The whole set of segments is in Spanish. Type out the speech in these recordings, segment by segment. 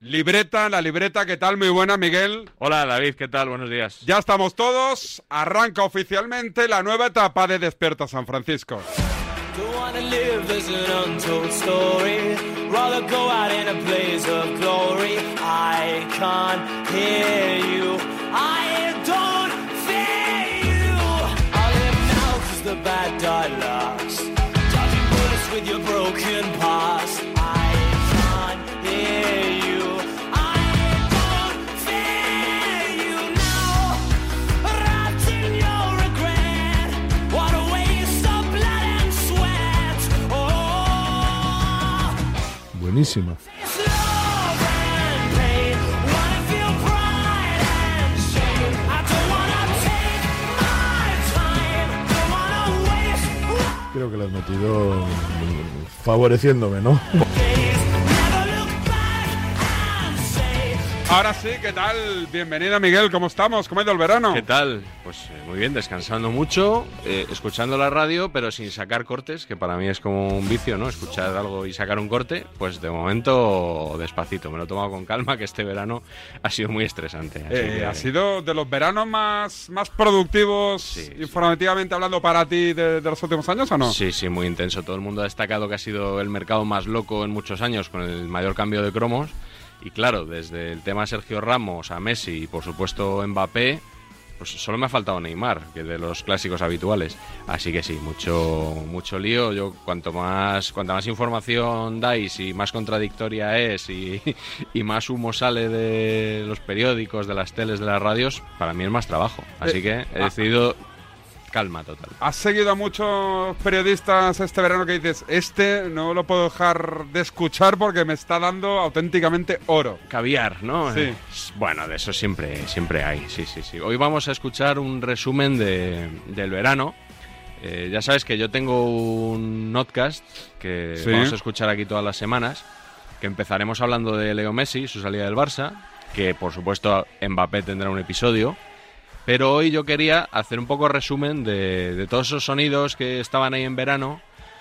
La libreta, ¿qué tal? Muy buena, Miguel. Hola, David, ¿qué tal? Buenos días. Ya estamos todos. Arranca oficialmente la nueva etapa de Despierta San Francisco. Buenísima. Creo que lo has metido favoreciéndome, ¿no? Ahora sí, ¿qué tal? Bienvenido, Miguel, ¿cómo estamos? ¿Cómo ha ido el verano? ¿Qué tal? Pues muy bien, descansando mucho, escuchando la radio, pero sin sacar cortes, que para mí es como un vicio, ¿no? Escuchar algo y sacar un corte, pues de momento despacito, me lo he tomado con calma, que este verano ha sido muy estresante. Así que... ¿Ha sido de los veranos más productivos, sí, informativamente hablando, para ti de los últimos años o no? Sí, muy intenso. Todo el mundo ha destacado que ha sido el mercado más loco en muchos años, con el mayor cambio de cromos. Y claro, desde el tema Sergio Ramos a Messi y por supuesto Mbappé, pues solo me ha faltado Neymar, que de los clásicos habituales. Así que sí, mucho lío. Yo cuanta más información dais y más contradictoria es y más humo sale de los periódicos, de las teles, de las radios, para mí es más trabajo. Así que he decidido... calma total. ¿Has seguido a muchos periodistas este verano que dices, no lo puedo dejar de escuchar porque me está dando auténticamente oro? Caviar, ¿no? Sí. Bueno, de eso siempre hay, sí. Hoy vamos a escuchar un resumen del verano. Ya sabes que yo tengo un notcast que vamos a escuchar aquí todas las semanas, que empezaremos hablando de Leo Messi, su salida del Barça, que por supuesto Mbappé tendrá un episodio. Pero hoy yo quería hacer un poco resumen de todos esos sonidos que estaban ahí en verano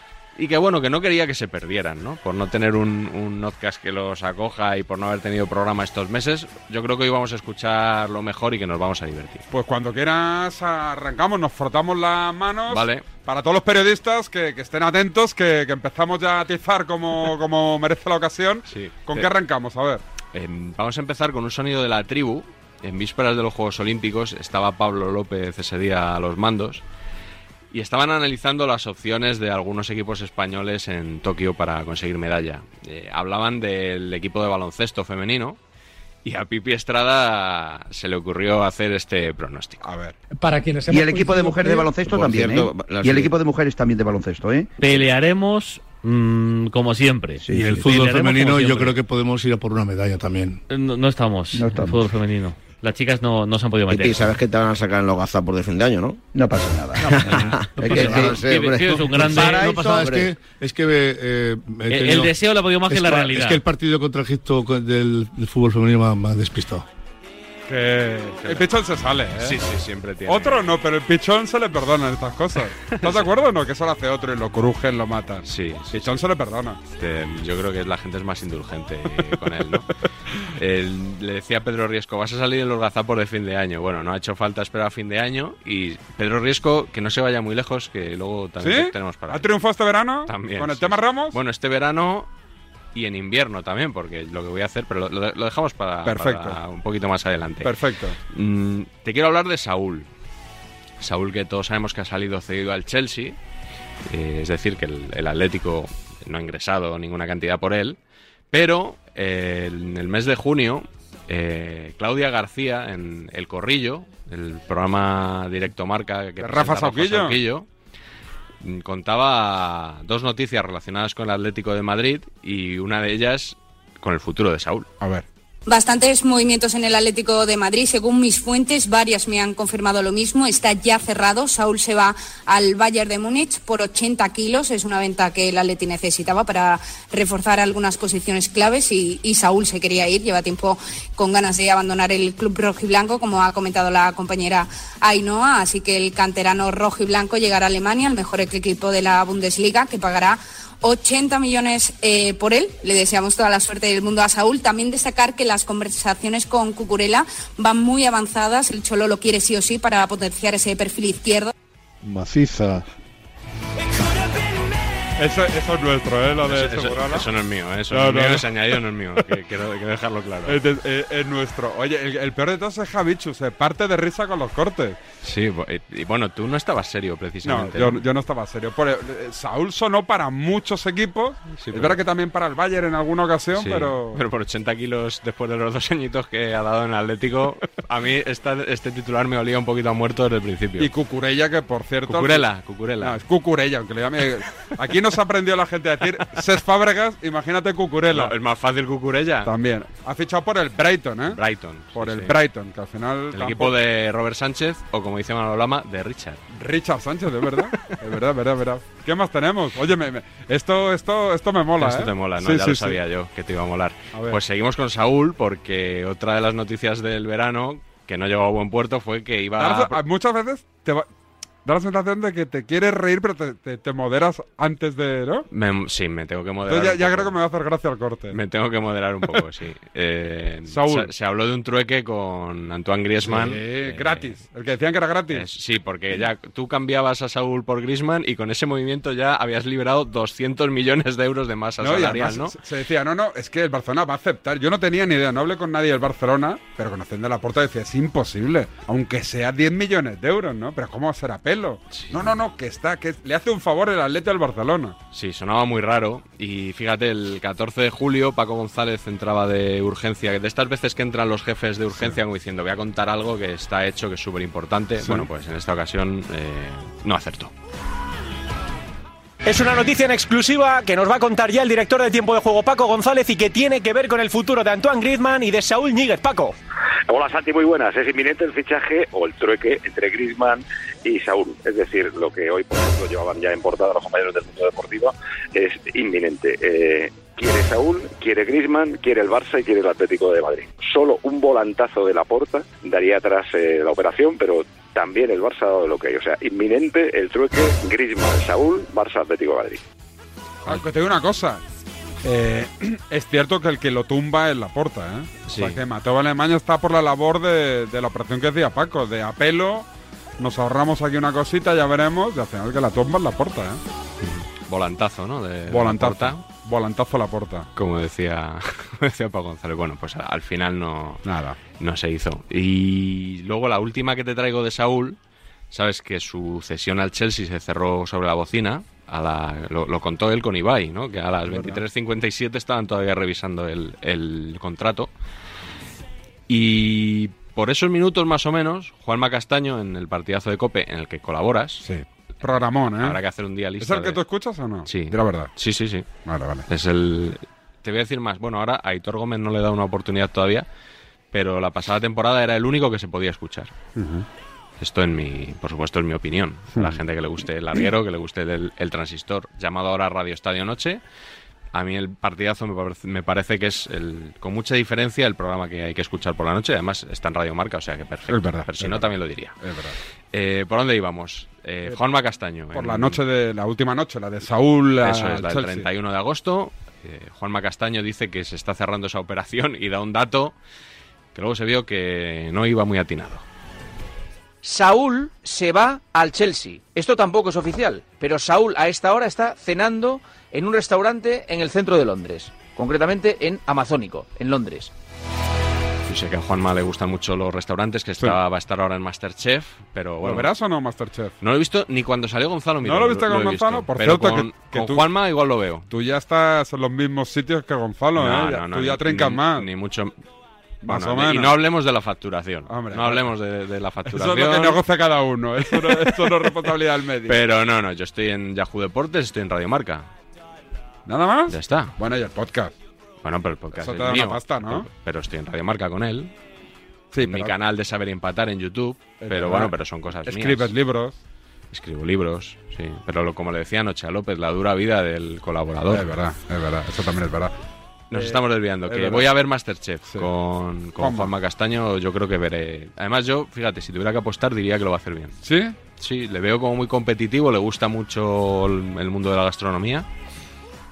y que bueno, que no quería que se perdieran, ¿no? Por no tener un podcast que los acoja y por no haber tenido programa estos meses, yo creo que hoy vamos a escuchar lo mejor y que nos vamos a divertir. Pues cuando quieras arrancamos, nos frotamos las manos. Vale. Para todos los periodistas que estén atentos, que empezamos ya a atizar como merece la ocasión. Sí. ¿Con qué arrancamos? A ver. Vamos a empezar con un sonido de La Tribu. En vísperas de los Juegos Olímpicos estaba Pablo López ese día a los mandos y estaban analizando las opciones de algunos equipos españoles en Tokio para conseguir medalla. Hablaban del equipo de baloncesto femenino y a Pipi Estrada se le ocurrió hacer este pronóstico. A ver. Para quienes y el equipo de mujeres de baloncesto también, cierto, Y el equipo de mujeres también de baloncesto, ¿eh? Pelearemos como siempre. Sí, y el fútbol femenino yo creo que podemos ir a por una medalla también. No estamos en el fútbol femenino. Las chicas no se han podido meter. Y sabes que te van a sacar en los gazapos de fin de año, ¿no? No pasa nada. Es un grande. No pasa nada, es que el deseo le ha podido más que la realidad. Es que el partido contra Egipto del fútbol femenino me ha despistado. El pichón se sale, ¿eh? Sí, siempre tiene. Otro no, pero el pichón se le perdonan estas cosas. ¿Estás de acuerdo o no? Que eso lo hace otro y lo crujen, lo matan. Sí. Pichón se le perdona. Yo creo que la gente es más indulgente con él, ¿no? Le decía a Pedro Riesco, vas a salir en los gazapos de fin de año. Bueno, no ha hecho falta esperar a fin de año y Pedro Riesco, que no se vaya muy lejos, que luego también tenemos para... ¿Ha triunfado este verano? También. ¿Con el tema Ramos? Bueno, este verano... Y en invierno también, porque lo que voy a hacer, pero lo dejamos para un poquito más adelante. Perfecto. Te quiero hablar de Saúl. Saúl, que todos sabemos que ha salido cedido al Chelsea, es decir, que el Atlético no ha ingresado ninguna cantidad por él, pero en el mes de junio, Claudia García, en El Corrillo, el programa Directo Marca que Rafa Sauquillo, contaba dos noticias relacionadas con el Atlético de Madrid y una de ellas con el futuro de Saúl. A ver. Bastantes movimientos en el Atlético de Madrid. Según mis fuentes, varias me han confirmado lo mismo. Está ya cerrado. Saúl se va al Bayern de Múnich por 80 kilos. Es una venta que el Atleti necesitaba para reforzar algunas posiciones claves y Saúl se quería ir. Lleva tiempo con ganas de abandonar el club rojiblanco, como ha comentado la compañera Ainhoa. Así que el canterano rojiblanco llegará a Alemania, el mejor equipo de la Bundesliga, que pagará 80 millones por él. Le deseamos toda la suerte del mundo a Saúl. También destacar que las conversaciones con Cucurella van muy avanzadas. El Cholo lo quiere sí o sí para potenciar ese perfil izquierdo. Maciza. Eso es nuestro, lo de Segurola. Eso no es mío, eso no es mío, ese añadido no es mío, quiero dejarlo claro. Es nuestro. Oye, el peor de todos es Javichu, se parte de risa con los cortes. Sí, y bueno, tú no estabas serio precisamente. No, yo no estaba serio. Saúl sonó para muchos equipos, sí, es verdad que también para el Bayern en alguna ocasión, sí, pero por 80 kilos después de los 2 añitos que ha dado en el Atlético, a mí este titular me olía un poquito a muerto desde el principio. Y Cucurella, que por cierto... Cucurella. No, es Cucurella, aunque le llame... Aquí nos ha aprendido la gente a decir Cesc Fábregas, imagínate Cucurella. No, es más fácil Cucurella. También. Ha fichado por el Brighton, ¿eh? Brighton. Por el Brighton, que al final... El equipo de Robert Sánchez, o como dice Manolo Lama, de Richard. Richard Sánchez, es verdad. Es verdad. ¿Qué más tenemos? Oye, esto me mola, Esto te mola, ¿no? Sí, ya lo sabía yo, que te iba a molar. Pues seguimos con Saúl, porque otra de las noticias del verano, que no llegó a buen puerto, fue que iba... Muchas veces da la sensación de que te quieres reír, pero te moderas antes de, ¿no? Sí, me tengo que moderar. Entonces ya creo que me va a hacer gracia el corte. Me tengo que moderar un poco, sí. Saúl. Se habló de un trueque con Antoine Griezmann. Sí, gratis. El que decían que era gratis. Sí, porque ya tú cambiabas a Saúl por Griezmann y con ese movimiento ya habías liberado 200 millones de euros de masa salarial, ¿no? Se decía, es que el Barcelona va a aceptar. Yo no tenía ni idea, no hablé con nadie del Barcelona, pero conociendo a Laporta decía, es imposible, aunque sea 10 millones de euros, ¿no? Pero ¿cómo será pelo? Sí. No, que le hace un favor el Atleti al Barcelona. Sí, sonaba muy raro. Y fíjate, el 14 de julio Paco González entraba de urgencia, de estas veces que entran los jefes de urgencia como diciendo, voy a contar algo que está hecho, que es súper importante. Sí. Bueno, pues en esta ocasión no acertó. Es una noticia en exclusiva que nos va a contar ya el director de Tiempo de Juego, Paco González, y que tiene que ver con el futuro de Antoine Griezmann y de Saúl Ñíguez. Paco. Hola Santi, muy buenas. Es inminente el fichaje o el trueque entre Griezmann y Saúl. Es decir, lo que hoy, por ejemplo, llevaban ya en portada los compañeros del Mundo Deportivo es inminente. Quiere Saúl, quiere Griezmann, quiere el Barça y quiere el Atlético de Madrid. Solo un volantazo de Laporta daría atrás la operación, pero también el Barça ha dado lo que hay. O sea, inminente el trueque Griezmann-Saúl, Barça-Atlético de Madrid. Aunque te digo una cosa, es cierto que el que lo tumba es Laporta, ¿eh? Sí. O sea, que Mateo Alemania está por la labor de la operación que decía Paco, de apelo, nos ahorramos aquí una cosita, ya veremos, y al final que la tumba es Laporta, ¿eh? Volantazo, ¿no? Volantazo Laporta. Como decía Paco González. Bueno, pues al final no se hizo. Y luego la última que te traigo de Saúl, sabes que su cesión al Chelsea se cerró sobre la bocina. Lo contó él con Ibai, ¿no? Que a las 23:57 estaban todavía revisando el contrato. Y por esos minutos más o menos, Juanma Castaño, en el partidazo de COPE en el que colaboras... Sí. Programón, ¿eh? Habrá que hacer un día lista. ¿Es el que tú escuchas o no? Sí. De la verdad. Sí. Vale. Es te voy a decir más. Bueno, ahora a Aitor Gómez no le da una oportunidad todavía, pero la pasada temporada era el único que se podía escuchar. Uh-huh. Esto por supuesto, es mi opinión. Uh-huh. La gente que le guste el larguero, que le guste el transistor, llamado ahora Radio Estadio Noche. A mí el partidazo me parece que es, con mucha diferencia, el programa que hay que escuchar por la noche. Además, está en Radio Marca, o sea que perfecto. Es verdad. Pero si no, también lo diría. Es verdad. ¿Por dónde íbamos? Juanma Castaño. Por la última noche, la de Saúl. Eso es, la del 31 de agosto. Juanma Castaño dice que se está cerrando esa operación y da un dato que luego se vio que no iba muy atinado. Saúl se va al Chelsea. Esto tampoco es oficial, pero Saúl a esta hora está cenando en un restaurante en el centro de Londres, concretamente en Amazónico, en Londres. Yo sé que a Juanma le gustan mucho los restaurantes, que va a estar ahora en Masterchef, pero bueno. ¿Lo verás o no, Masterchef? No lo he visto ni cuando salió Gonzalo Mirón. ¿No lo viste con Gonzalo? Por pero cierto, con Juanma igual lo veo. Tú ya estás en los mismos sitios que Gonzalo, ¿eh? No, tú ya trincas más. Ni mucho... Más o menos. Y no hablemos de la facturación. Hombre, no hablemos de la facturación. Eso es lo que negocia cada uno. Eso no es responsabilidad del medio. Pero no. Yo estoy en Yahoo Deportes, estoy en Radio Marca. ¿Nada más? Ya está. Bueno, y el podcast. Bueno, pero el podcast eso es te da mío. Una pasta, ¿no? Pero estoy en Radio Marca con él. Sí, mi canal de Saber y Empatar en YouTube. Pero bueno, pero son cosas mías. Escribes libros. Escribo libros, sí. Pero como le decía anoche a López, la dura vida del colaborador. Es verdad. Eso también es verdad. Nos estamos desviando, que voy a ver Masterchef con Juanma Castaño, yo creo que veré. Además yo, fíjate, si tuviera que apostar diría que lo va a hacer bien. ¿Sí? Sí, le veo como muy competitivo, le gusta mucho el mundo de la gastronomía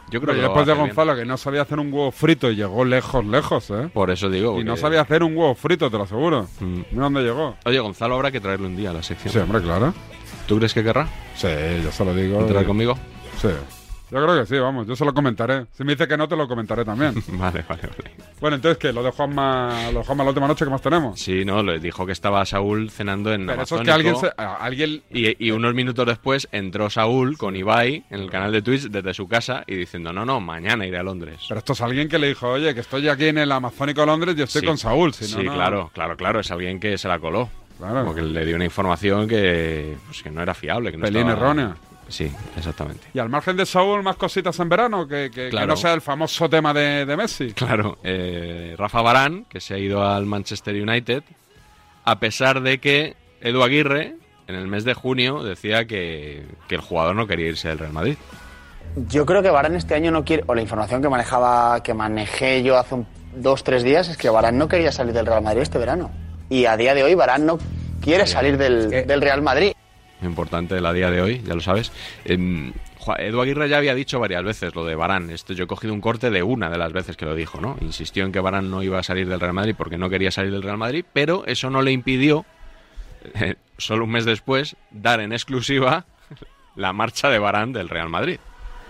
Yo creo que después de Gonzalo, que no sabía hacer un huevo frito y llegó lejos, ¿eh? Por eso digo. Y no sabía hacer un huevo frito, te lo aseguro. Mira dónde llegó. Oye, Gonzalo habrá que traerle un día a la sección. Sí, hombre, claro. ¿Tú crees que querrá? Sí, yo se lo digo. ¿Entrar conmigo? Sí. Yo creo que sí, vamos, yo se lo comentaré. Si me dice que no, te lo comentaré también. Vale. Bueno, entonces, ¿qué? ¿Lo de Juanma la última noche que más tenemos? Sí, no, le dijo que estaba Saúl cenando en Pero Amazónico. Eso es que alguien... Y unos minutos después entró Saúl con Ibai en el canal de Twitch desde su casa y diciendo, no, mañana iré a Londres. Pero esto es alguien que le dijo, oye, que estoy aquí en el Amazónico de Londres y estoy con Saúl. Si no, claro, es alguien que se la coló. Claro. Porque le dio una información que no era fiable. Que no Pelín estaba... errónea. Sí, exactamente. Y al margen de Saúl, más cositas en verano, que no sea el famoso tema de Messi. Claro, Rafa Varane, que se ha ido al Manchester United, a pesar de que Edu Aguirre, en el mes de junio, decía que el jugador no quería irse del Real Madrid. Yo creo que Varane este año no quiere, o la información que manejé yo hace 2-3 días, es que Varane no quería salir del Real Madrid este verano. Y a día de hoy Varane no quiere salir del Real Madrid. Importante el a día de hoy, ya lo sabes. Edu Aguirre ya había dicho varias veces lo de Varane. Yo he cogido un corte de una de las veces que lo dijo, ¿no? Insistió en que Varane no iba a salir del Real Madrid porque no quería salir del Real Madrid, pero eso no le impidió, solo un mes después, dar en exclusiva la marcha de Varane del Real Madrid.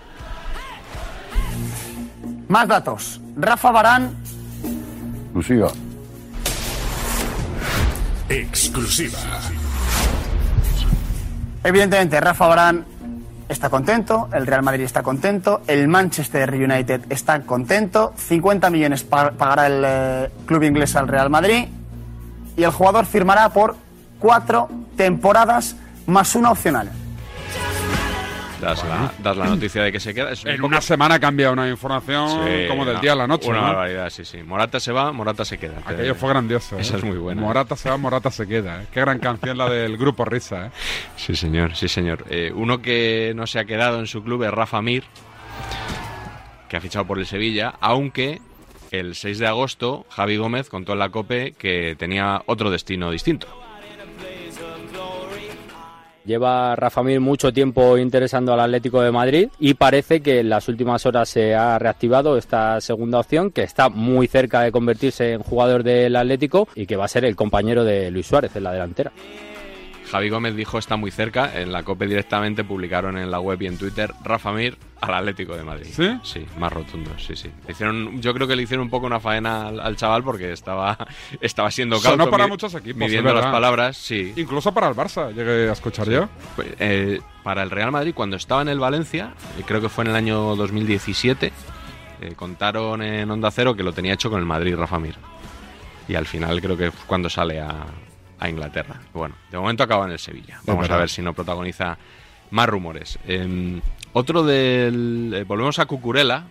Más datos. Rafa Varane. Exclusiva. Evidentemente, Rafa Varane está contento, el Real Madrid está contento, el Manchester United está contento, 50 millones pagará el club inglés al Real Madrid y el jugador firmará por 4 temporadas más una opcional. Das la noticia de que se queda. En una semana cambia una información como del día a la noche. Una ¿no? barbaridad, sí. Morata se va, Morata se queda. Aquello fue grandioso. Esa es muy buena. Morata se va, Morata se queda. Qué gran canción la del grupo Risa. Sí, señor. Uno que no se ha quedado en su club es Rafa Mir, que ha fichado por el Sevilla, aunque el 6 de agosto Javi Gómez contó en la COPE que tenía otro destino distinto. Lleva Rafa Mir mucho tiempo interesando al Atlético de Madrid y parece que en las últimas horas se ha reactivado esta segunda opción, que está muy cerca de convertirse en jugador del Atlético y que va a ser el compañero de Luis Suárez en la delantera. Javi Gómez dijo está muy cerca, en la COPE directamente publicaron en la web y en Twitter Rafa Mir al Atlético de Madrid. ¿Sí? Sí, más rotundo, sí. Yo creo que le hicieron un poco una faena al chaval porque estaba siendo cauto. Sonó para muchos equipos, midiendo las palabras, sí. Incluso para el Barça, llegué a escuchar yo. Para el Real Madrid, cuando estaba en el Valencia, creo que fue en el año 2017, contaron en Onda Cero que lo tenía hecho con el Madrid Rafa Mir. Y al final creo que fue cuando sale a Inglaterra. Bueno, de momento acaba en el Sevilla. Vamos a ver si no protagoniza más rumores. Otro volvemos a Cucurella.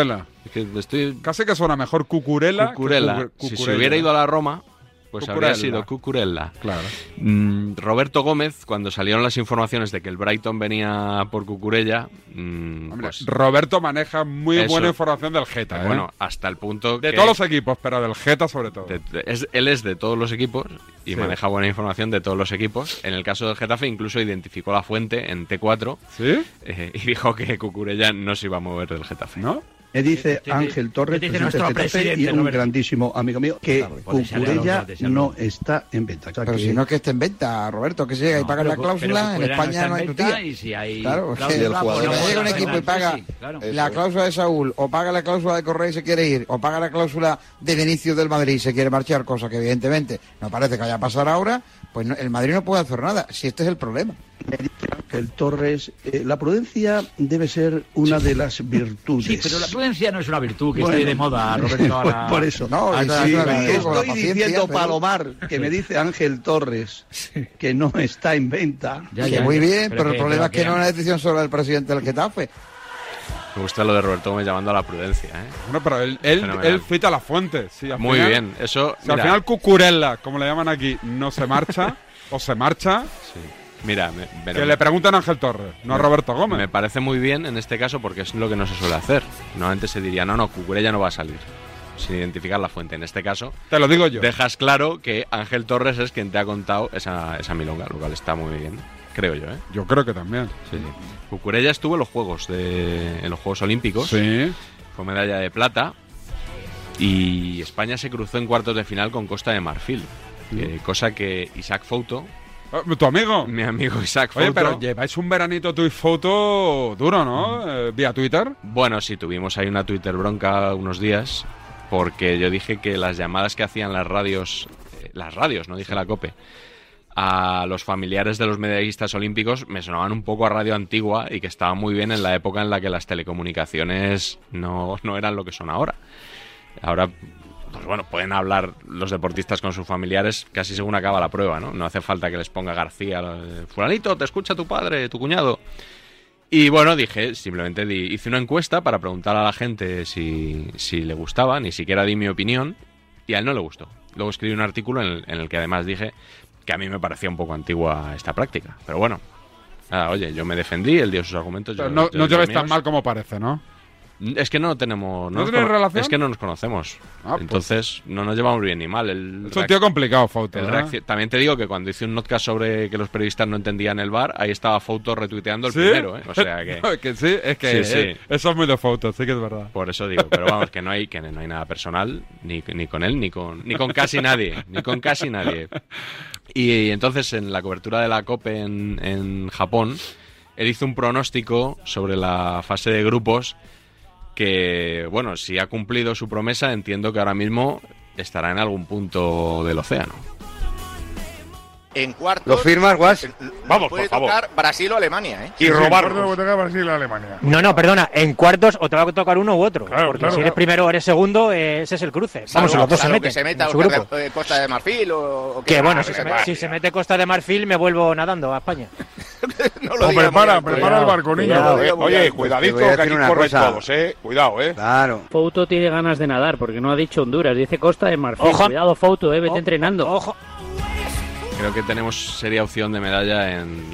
Casi que suena mejor Cucurella. Si se hubiera ido a la Roma, pues habría sido Cucurella. Claro. Roberto Gómez, cuando salieron las informaciones de que el Brighton venía por Cucurella... pues, Roberto maneja muy buena información del Geta. Bueno, hasta el punto de todos los equipos, pero del Geta sobre todo. Él es de todos los equipos y maneja buena información de todos los equipos. En el caso del Getafe incluso identificó la fuente en T4. ¿Sí? Y dijo que Cucurella no se iba a mover del Getafe. ¿No? Me dice Ángel Torres, presidente y un grandísimo amigo mío, que Cucurella no está en venta. Pero si no es que esté en venta, Roberto, que se llega y paga la cláusula, en España no hay tu tía. Claro, si llega un equipo y paga la cláusula de Saúl, o paga la cláusula de Correa y se quiere ir, o paga la cláusula de Vinicius del Madrid y se quiere marchar, cosa que evidentemente no parece que vaya a pasar ahora, pues el Madrid no puede hacer nada, si este es el problema. Ángel Torres, la prudencia debe ser una de las virtudes. Sí, pero la prudencia no es una virtud que esté de moda, Roberto. Ahora... Por eso. No, estoy diciendo, Palomar, que me dice Ángel Torres que no está en venta. Muy bien, pero el problema es que no es una decisión sobre el presidente del Getafe. Me gusta lo de Roberto Gómez llamando a la prudencia, ¿eh? Bueno, pero él cita la fuente. Sí, muy final, bien, eso... Si al final Cucurella, como le llaman aquí, no se marcha, o se marcha... Sí. Mira, que le pregunten a Ángel Torres, no a Roberto Gómez. Me parece muy bien en este caso porque es lo que no se suele hacer. Normalmente se diría, no, Cucurella no va a salir, sin identificar la fuente. En este caso, te lo digo yo. Dejas claro que Ángel Torres es quien te ha contado esa milonga, lo cual está muy bien. creo yo, ¿eh? Yo creo que también. Sí. Cucurella estuvo en los Juegos Olímpicos. Sí. Fue medalla de plata. Y España se cruzó en cuartos de final con Costa de Marfil. Cosa que Isaac Fouto... ¿Tu amigo? Mi amigo Isaac Fouto. Oye, pero lleváis un veranito tú y Fouto duro, ¿no? Vía Twitter. Bueno, sí, tuvimos ahí una Twitter bronca unos días, porque yo dije que las llamadas que hacían las radios, no dije la COPE, a los familiares de los medallistas olímpicos me sonaban un poco a radio antigua y que estaba muy bien en la época en la que las telecomunicaciones no eran lo que son ahora. Ahora, pues bueno, pueden hablar los deportistas con sus familiares casi según acaba la prueba, ¿no? No hace falta que les ponga García, fulanito, te escucha tu padre, tu cuñado. Y bueno, simplemente hice una encuesta para preguntar a la gente si le gustaba, ni siquiera di mi opinión, y a él no le gustó. Luego escribí un artículo en el que además dije que a mí me parecía un poco antigua esta práctica. Pero bueno, oye, yo me defendí, él dio sus argumentos. No lleváis tan mal como parece, ¿no? Es que no tenemos... ¿No tenéis relación? Es que no nos conocemos. Entonces, no nos llevamos bien ni mal. Es un tío complicado, Fouto. También te digo que cuando hice un notcast sobre que los periodistas no entendían el VAR, ahí estaba Fouto retuiteando el primero, ¿eh? O sea que... No, que sí, es que sí. Eso es muy de Fouto, sí que es verdad. Por eso digo, pero vamos, que no hay nada personal, ni con él, ni con casi nadie. Ni con casi nadie. Y entonces, en la cobertura de la COPE en Japón, él hizo un pronóstico sobre la fase de grupos que, bueno, si ha cumplido su promesa, entiendo que ahora mismo estará en algún punto del océano. En cuartos... ¿Lo firmas, Guas? Vamos, puede por tocar favor. Brasil o Alemania, ¿eh? Y robarlo. Puede tocar Brasil o Alemania. No, perdona. En cuartos o te va a tocar uno u otro. Claro, porque si eres primero o eres segundo, ese es el cruce. Vamos, los dos se meten. Que se meta Costa de Marfil o que bueno, si se mete Costa de Marfil, me vuelvo nadando a España. Prepara el barco, niño. Oye, cuidadito, que aquí corren todos, Cuidado, Claro. Fouto tiene ganas de nadar, porque no ha dicho Honduras, dice Costa de Marfil. Ojo. Cuidado, Fouto, vete entrenando. Ojo. Creo que tenemos seria opción de medalla en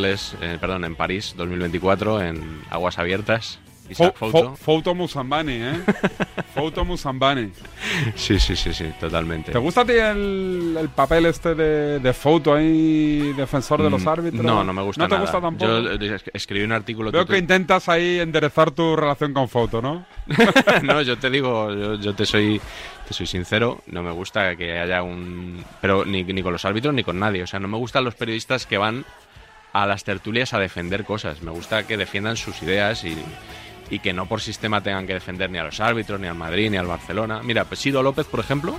en París 2024, en aguas abiertas. Isaac Fouto. Fouto Musambani, ¿eh? Fouto Musambani. Sí, totalmente. ¿Te gusta a ti el papel este de Fouto ahí, defensor de los árbitros? No me gusta nada. ¿No te gusta tampoco? Yo escribí un artículo... Veo que intentas ahí enderezar tu relación con Fouto, ¿no? No, yo te digo, yo te soy sincero, no me gusta que haya pero ni con los árbitros ni con nadie. O sea, no me gustan los periodistas que van a las tertulias a defender cosas. Me gusta que defiendan sus ideas y que no por sistema tengan que defender ni a los árbitros, ni al Madrid, ni al Barcelona. Mira, pues Sido López, por ejemplo,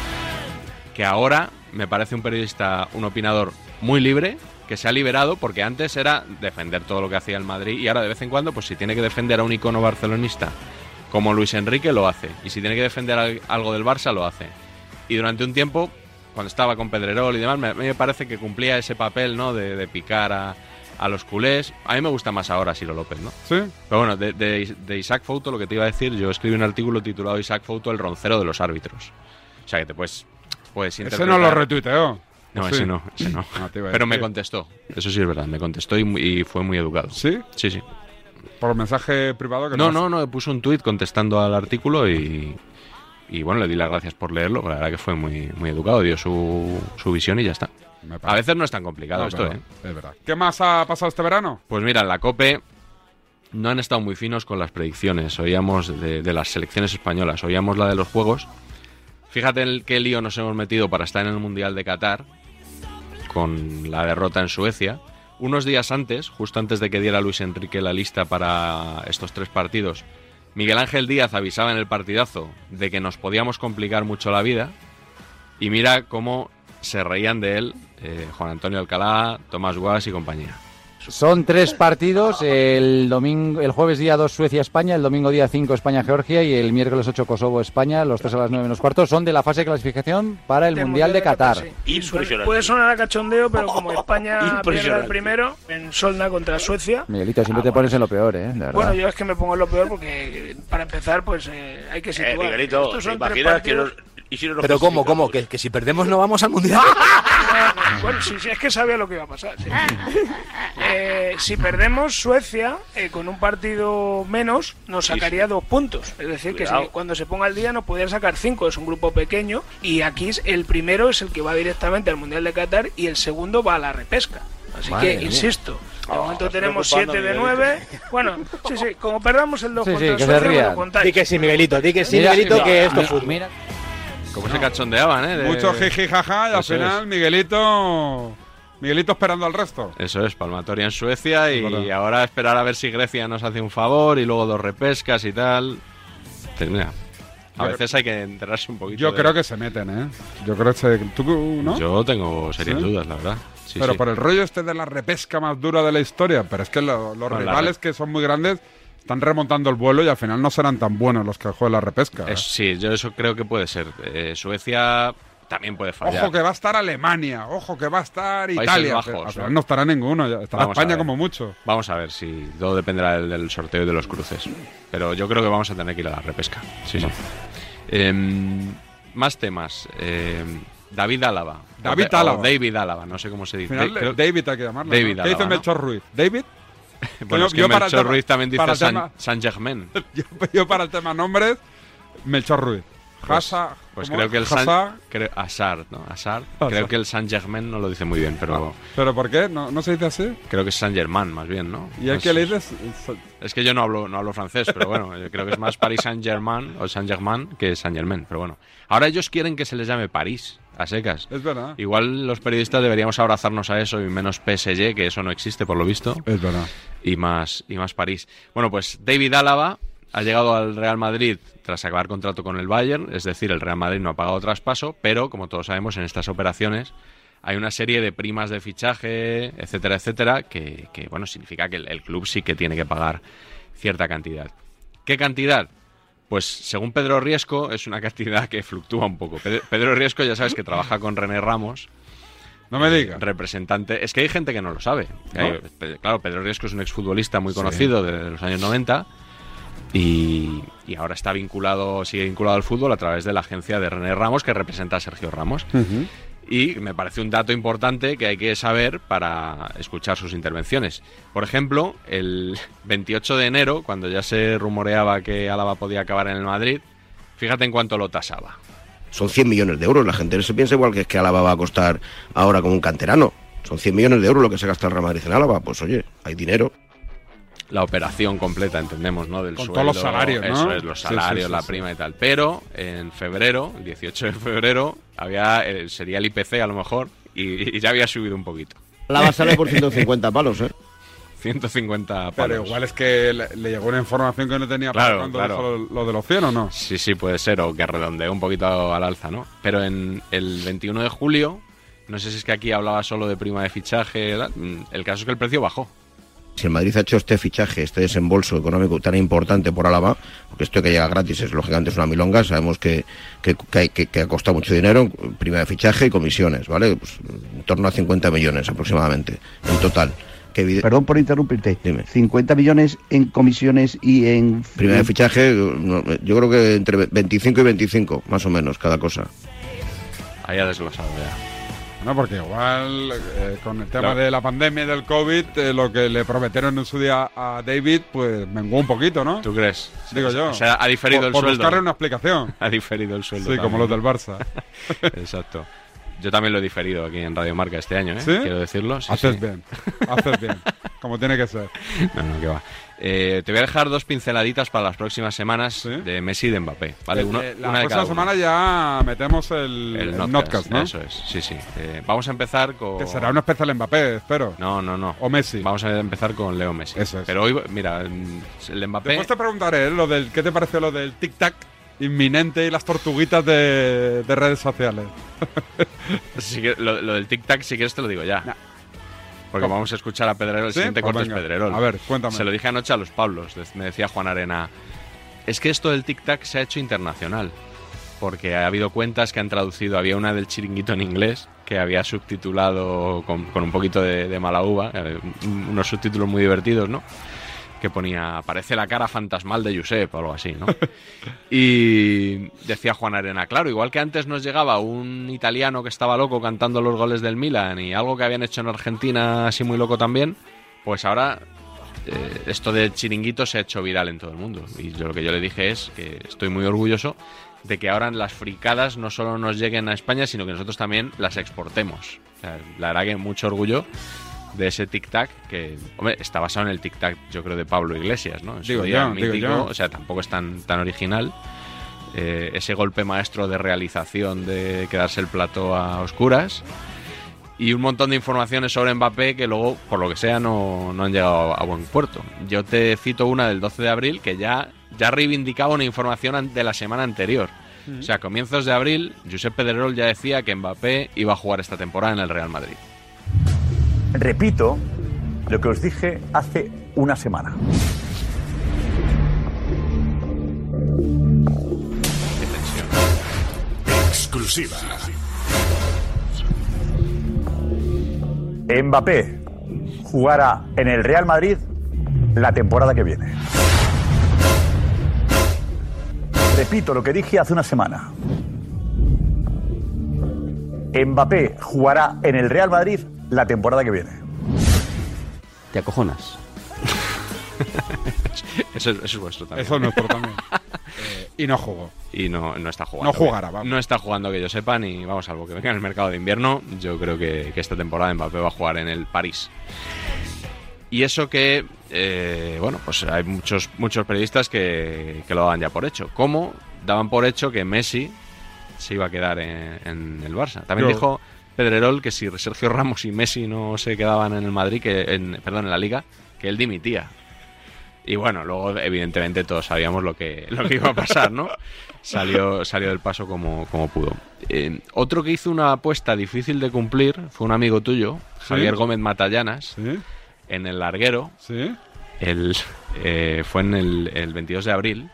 que ahora me parece un periodista, un opinador muy libre, que se ha liberado, porque antes era defender todo lo que hacía el Madrid, y ahora de vez en cuando, pues si tiene que defender a un icono barcelonista como Luis Enrique, lo hace. Y si tiene que defender algo del Barça, lo hace. Y durante un tiempo, cuando estaba con Pedrerol y demás, me parece que cumplía ese papel, ¿no?, de picar a los culés. A mí me gusta más ahora Siro López, ¿no? Sí. Pero bueno, de Isaac Fouto, lo que te iba a decir, yo escribí un artículo titulado Isaac Fouto, el roncero de los árbitros. O sea, que te puedes interpretar... Ese no lo retuiteó. No, ese no. Pero me contestó. Eso sí es verdad, me contestó y fue muy educado. ¿Sí? Sí. ¿Por mensaje privado? No, puso un tuit contestando al artículo y bueno, le di las gracias por leerlo. La verdad que fue muy, muy educado, dio su visión y ya está. A veces no es tan complicado esto, ¿eh? Es verdad. ¿Qué más ha pasado este verano? Pues mira, en la COPE no han estado muy finos con las predicciones. Oíamos de las selecciones españolas, oíamos la de los Juegos. Fíjate en qué lío nos hemos metido para estar en el Mundial de Qatar, con la derrota en Suecia. Unos días antes, justo antes de que diera Luis Enrique la lista para estos 3 partidos, Miguel Ángel Díaz avisaba en el partidazo de que nos podíamos complicar mucho la vida, y mira cómo se reían de él Juan Antonio Alcalá, Tomás Guas y compañía. Son 3 partidos, el jueves día 2 Suecia-España, el domingo día 5 España-Georgia y el miércoles 8 Kosovo-España, los 3 a las 9:15, son de la fase de clasificación para el Mundial de Qatar. Puede sonar a cachondeo, pero como España pierde el primero en Solna contra Suecia... Miguelito, siempre te pones en lo peor, de verdad. Bueno, yo es que me pongo en lo peor porque para empezar pues hay que situar. Miguelito, estos son ¿te imaginas que nos... Pero ¿cómo? ¿Que si perdemos no vamos al Mundial? Bueno, sí, es que sabía lo que iba a pasar. Sí. Si perdemos, Suecia, con un partido menos, nos sacaría 2 puntos. Es decir, que cuando se ponga al día nos podrían sacar 5. Es un grupo pequeño y aquí el primero es el que va directamente al Mundial de Qatar y el segundo va a la repesca. Así que, insisto, de momento tenemos 7 de 9. Bueno, sí, como perdamos el 2 contra Suecia, me lo contáis. Di que sí, Miguelito, Miguelito, que esto es fútbol. Mira. Como se cachondeaban, Mucho jiji jaja y al final Miguelito esperando al resto. Eso es, palmatoria en Suecia y ahora esperar a ver si Grecia nos hace un favor y luego 2 repescas y tal. Termina. A veces hay que enterarse un poquito. Yo creo que se meten, Yo creo que ¿Tú no? Yo tengo serias dudas, la verdad. Sí, pero por el rollo de la repesca más dura de la historia. Pero es que los rivales que son muy grandes están remontando el vuelo y al final no serán tan buenos los que juegan la repesca. Sí, yo eso creo que puede ser. Suecia también puede fallar. Ojo que va a estar Alemania, ojo que va a estar Italia. Al final no estará ninguno, estará España como mucho. Vamos a ver si todo dependerá del sorteo y de los cruces. Pero yo creo que vamos a tener que ir a la repesca. Sí. Más temas. David Álava. David Álava, no sé cómo se dice. David hay que llamarlo. David ¿no? Álava, ¿Qué dice Melchor Ruiz? ¿David? Bueno, es que Melchor Ruiz también dice Saint-Germain. Yo para el tema nombres, Melchor Ruiz. Pues creo que el Hazard, ¿no? Hazard. Creo que el Saint-Germain no lo dice muy bien, pero... ¿Pero por qué? ¿No se dice así? Creo que es Saint-Germain, más bien, ¿no? ¿Y a qué le dices? Es que yo no hablo francés, pero bueno, yo creo que es más Paris Saint-Germain o Saint-Germain que Saint-Germain, pero bueno. Ahora ellos quieren que se les llame París, a secas. Es verdad. Igual los periodistas deberíamos abrazarnos a eso y menos PSG, que eso no existe por lo visto. Es verdad. Y más París. Bueno, pues David Álava ha llegado al Real Madrid tras acabar contrato con el Bayern, es decir, el Real Madrid no ha pagado traspaso, pero como todos sabemos en estas operaciones hay una serie de primas de fichaje, etcétera, que bueno, significa que el club sí que tiene que pagar cierta cantidad. ¿Qué cantidad? Pues según Pedro Riesco es una cantidad que fluctúa un poco. Pedro Riesco ya sabes que trabaja con René Ramos. No me digas. Representante. Es que hay gente que no lo sabe. ¿No? Claro, Pedro Riesco es un exfutbolista muy conocido de los años 90 y ahora sigue vinculado al fútbol a través de la agencia de René Ramos que representa a Sergio Ramos. Uh-huh. Y me parece un dato importante que hay que saber para escuchar sus intervenciones. Por ejemplo, el 28 de enero, cuando ya se rumoreaba que Álava podía acabar en el Madrid, fíjate en cuánto lo tasaba. Son 100 millones de euros. La gente se piensa igual que es que Álava va a costar ahora como un canterano. Son 100 millones de euros lo que se gasta el Real Madrid en Álava. Pues oye, hay dinero. La operación completa, entendemos, ¿no? Del con sueldo, todos los salarios, ¿no? Eso es, los salarios, la prima y tal. Pero en febrero, el 18 de febrero, sería el IPC a lo mejor, y ya había subido un poquito. Álava sale por 150 palos, 150 palos. Pero igual es que le llegó una información que no tenía para cuando dijo lo de los 100, ¿o no? Sí, puede ser, o que redondeó un poquito al alza, ¿no? Pero en el 21 de julio, no sé si es que aquí hablaba solo de prima de fichaje, el caso es que el precio bajó. Si el Madrid ha hecho este fichaje, este desembolso económico tan importante por Álava, porque esto que llega gratis es lógicamente es una milonga, sabemos que ha costado mucho dinero, prima de fichaje y comisiones, ¿vale? Pues en torno a 50 millones aproximadamente, en total. Perdón por interrumpirte. Dime. 50 millones en comisiones y en... Prima de fichaje, yo creo que entre 25 y 25, más o menos, cada cosa. Ahí ha desglosado ya. No, porque igual con el tema de la pandemia y del COVID, lo que le prometieron en su día a David, pues menguó un poquito, ¿no? ¿Tú crees? Digo yo. O sea, ha diferido el sueldo. Por buscarle una explicación. Ha diferido el sueldo. Sí, también. Como los del Barça. Exacto. Yo también lo he diferido aquí en Radio Marca este año, ¿eh? ¿Sí? Quiero decirlo. Sí, Haces bien. Como tiene que ser. No, qué va. Te voy a dejar 2 pinceladitas para las próximas semanas de Messi y de Mbappé, ¿vale? La próxima semana ya metemos el notcast, ¿no? Eso es, sí. Vamos a empezar con... Que será un especial Mbappé, espero. No. O Messi. Vamos a empezar con Leo Messi. Eso es. Pero hoy, mira, el Mbappé... Después te preguntaré, ¿qué te pareció lo del tic-tac inminente y las tortuguitas de redes sociales? Lo del tic-tac, si quieres te lo digo ya. Nah. Porque vamos a escuchar a Pedrerol, el siguiente corte es Pedrerol. A ver, cuéntame. Se lo dije anoche a los Pablos, me decía Juan Arena. Es que esto del tic-tac se ha hecho internacional. Porque ha habido cuentas que han traducido, había una del Chiringuito en inglés, que había subtitulado con un poquito de mala uva, unos subtítulos muy divertidos, ¿no? Que ponía, aparece la cara fantasmal de Josep o algo así, ¿no? Y decía Juan Arena, claro, igual que antes nos llegaba un italiano que estaba loco cantando los goles del Milan y algo que habían hecho en Argentina así muy loco también, pues ahora esto de Chiringuito se ha hecho viral en todo el mundo. Y lo que yo le dije es que estoy muy orgulloso de que ahora las fricadas no solo nos lleguen a España, sino que nosotros también las exportemos. O sea, la verdad que mucho orgullo de ese tic-tac que, hombre, está basado en el tic-tac, yo creo, de Pablo Iglesias, ¿no? Digo yo. O sea, tampoco es tan original. Ese golpe maestro de realización de quedarse el plató a oscuras y un montón de informaciones sobre Mbappé que luego, por lo que sea, no han llegado a buen puerto. Yo te cito una del 12 de abril que ya reivindicaba una información de la semana anterior. O sea, a comienzos de abril, Josep Pedrerol ya decía que Mbappé iba a jugar esta temporada en el Real Madrid. Repito lo que os dije hace una semana. Exclusiva. Mbappé jugará en el Real Madrid la temporada que viene. Repito lo que dije hace una semana. Mbappé jugará en el Real Madrid la temporada que viene. Te acojonas. Eso es vuestro también. Eso es nuestro también. Y no jugó. Y no está jugando. No jugará, vamos. No está jugando que yo sepa, ni vamos, salvo que venga en el mercado de invierno. Yo creo que esta temporada Mbappé va a jugar en el París. Y eso que, bueno, pues hay muchos periodistas que lo daban ya por hecho. ¿Cómo daban por hecho que Messi se iba a quedar en el Barça? También dijo Pedrerol que si Sergio Ramos y Messi no se quedaban en el Madrid, en la Liga, que él dimitía. Y bueno, luego evidentemente todos sabíamos lo que iba a pasar, ¿no? Salió del paso como pudo. Otro que hizo una apuesta difícil de cumplir fue un amigo tuyo, Javier Gómez Matallanas, en el Larguero. ¿Sí? Fue en el 22 de abril.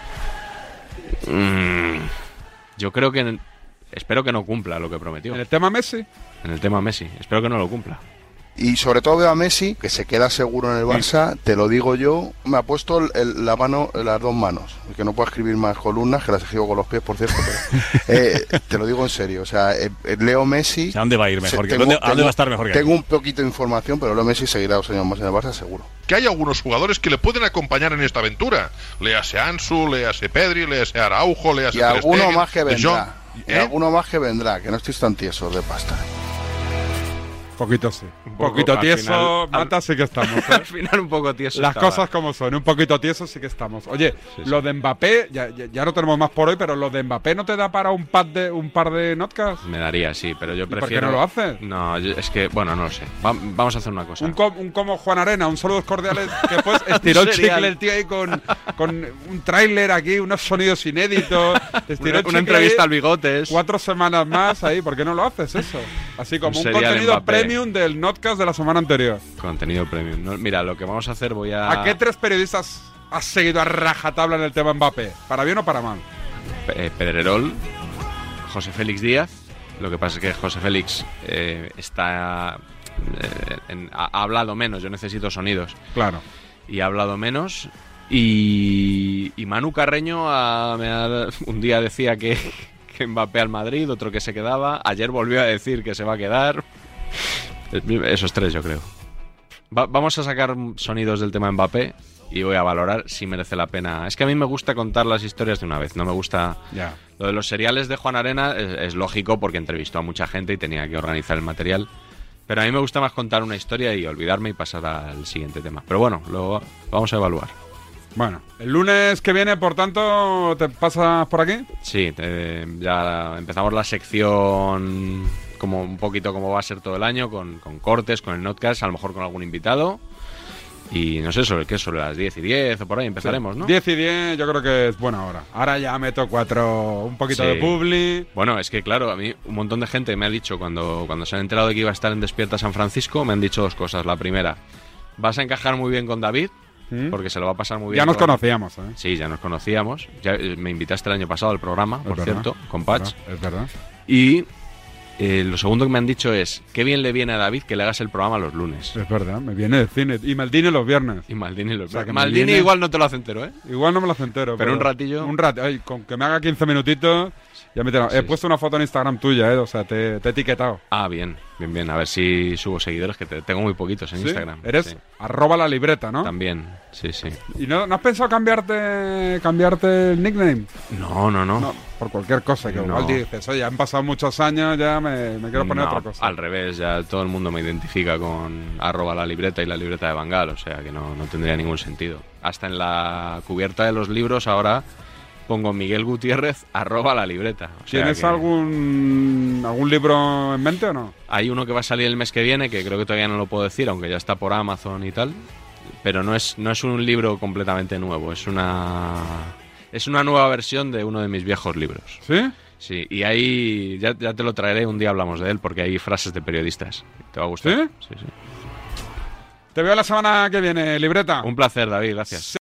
Yo creo que... Espero que no cumpla lo que prometió. ¿En el tema Messi? En el tema Messi. Espero que no lo cumpla. Y sobre todo veo a Messi, que se queda seguro en el Barça, te lo digo yo, me ha puesto las dos manos, que no puedo escribir más columnas, que las escribo con los pies, por cierto, pero te lo digo en serio, o sea, Leo Messi... ¿A dónde va a ir mejor? ¿A dónde va a estar mejor que Tengo un poquito de información, pero Leo Messi seguirá 2 años más en el Barça, seguro. Que hay algunos jugadores que le pueden acompañar en esta aventura, léase Ansu, léase Pedri, léase Araujo, léase... Y alguno más que vendrá, alguno más que vendrá, que no estéis tan tiesos de pasta. Poquito sí. Un poquito tieso, Mata, sí que estamos. Al final un poco tieso. Las cosas como son, un poquito tieso sí que estamos. Oye, lo de Mbappé, ya no tenemos más por hoy, pero lo de Mbappé ¿no te da para un par de notcast? Me daría, sí, pero yo prefiero... ¿Por qué no lo haces? No, es que, bueno, no lo sé. Vamos a hacer una cosa. Un como Juan Arena, un saludos cordiales, que pues estiró el chicle el tío ahí con un tráiler aquí, unos sonidos inéditos. Estiró una entrevista al Bigotes. 4 semanas más ahí, ¿por qué no lo haces eso? Así como un contenido premium del notcast de la semana anterior. Contenido premium. No, mira, lo que vamos a hacer, ¿A qué 3 periodistas has seguido a rajatabla en el tema Mbappé? ¿Para bien o para mal? Pedrerol, José Félix Díaz. Lo que pasa es que José Félix ha hablado menos. Yo necesito sonidos. Claro. Y ha hablado menos. Y Manu Carreño un día decía que Mbappé al Madrid, otro que se quedaba. Ayer volvió a decir que se va a quedar. Esos 3 yo creo. Vamos a sacar sonidos del tema Mbappé y voy a valorar si merece la pena. Es que a mí me gusta contar las historias de una vez. No me gusta... Lo de los seriales de Juan Arena es lógico porque entrevistó a mucha gente y tenía que organizar el material. Pero a mí me gusta más contar una historia y olvidarme y pasar al siguiente tema. Pero bueno, luego vamos a evaluar. Bueno, el lunes que viene, por tanto, ¿te pasas por aquí? Sí, ya empezamos la sección como un poquito como va a ser todo el año, con cortes, con el notcast, a lo mejor con algún invitado. Y no sé, sobre las 10 y 10 o por ahí empezaremos, ¿no? 10 y 10 yo creo que es buena hora. Ahora ya meto un poquito de publi. Bueno, es que claro, a mí un montón de gente me ha dicho, cuando se han enterado de que iba a estar en Despierta San Francisco, me han dicho 2 cosas. La primera, vas a encajar muy bien con David, porque se lo va a pasó muy bien. Ya nos conocíamos, ¿eh? Sí, ya nos conocíamos. Ya, me invitaste el año pasado al programa, por cierto, con Patch. Es verdad. Y lo segundo que me han dicho es, qué bien le viene a David que le hagas el programa los lunes. Es verdad, me viene de cine. Y Maldini los viernes. Maldini igual no te lo hace entero, ¿eh? Igual no me lo hace entero. Pero un ratillo. Un rato, con que me haga 15 minutitos. Ya me he puesto una foto en Instagram tuya, o sea, te he etiquetado. Ah, bien. A ver si subo seguidores, que tengo muy poquitos en Instagram. Eres @lalibreta, ¿no? También, sí. ¿Y no has pensado cambiarte el nickname? No. Por cualquier cosa, que igual dices, oye, han pasado muchos años, ya me quiero poner otra cosa. Al revés, ya todo el mundo me identifica con @lalibreta y la libreta de Bangal, o sea que no tendría ningún sentido. Hasta en la cubierta de los libros ahora pongo Miguel Gutiérrez @lalibreta. O sea ¿Tienes algún libro en mente o no? Hay uno que va a salir el mes que viene, que creo que todavía no lo puedo decir, aunque ya está por Amazon y tal. Pero no es un libro completamente nuevo, es una nueva versión de uno de mis viejos libros. ¿Sí? Sí, y ahí ya te lo traeré, un día hablamos de él, porque hay frases de periodistas. ¿Te va a gustar? ¿Sí? Te veo la semana que viene, libreta. Un placer, David, gracias.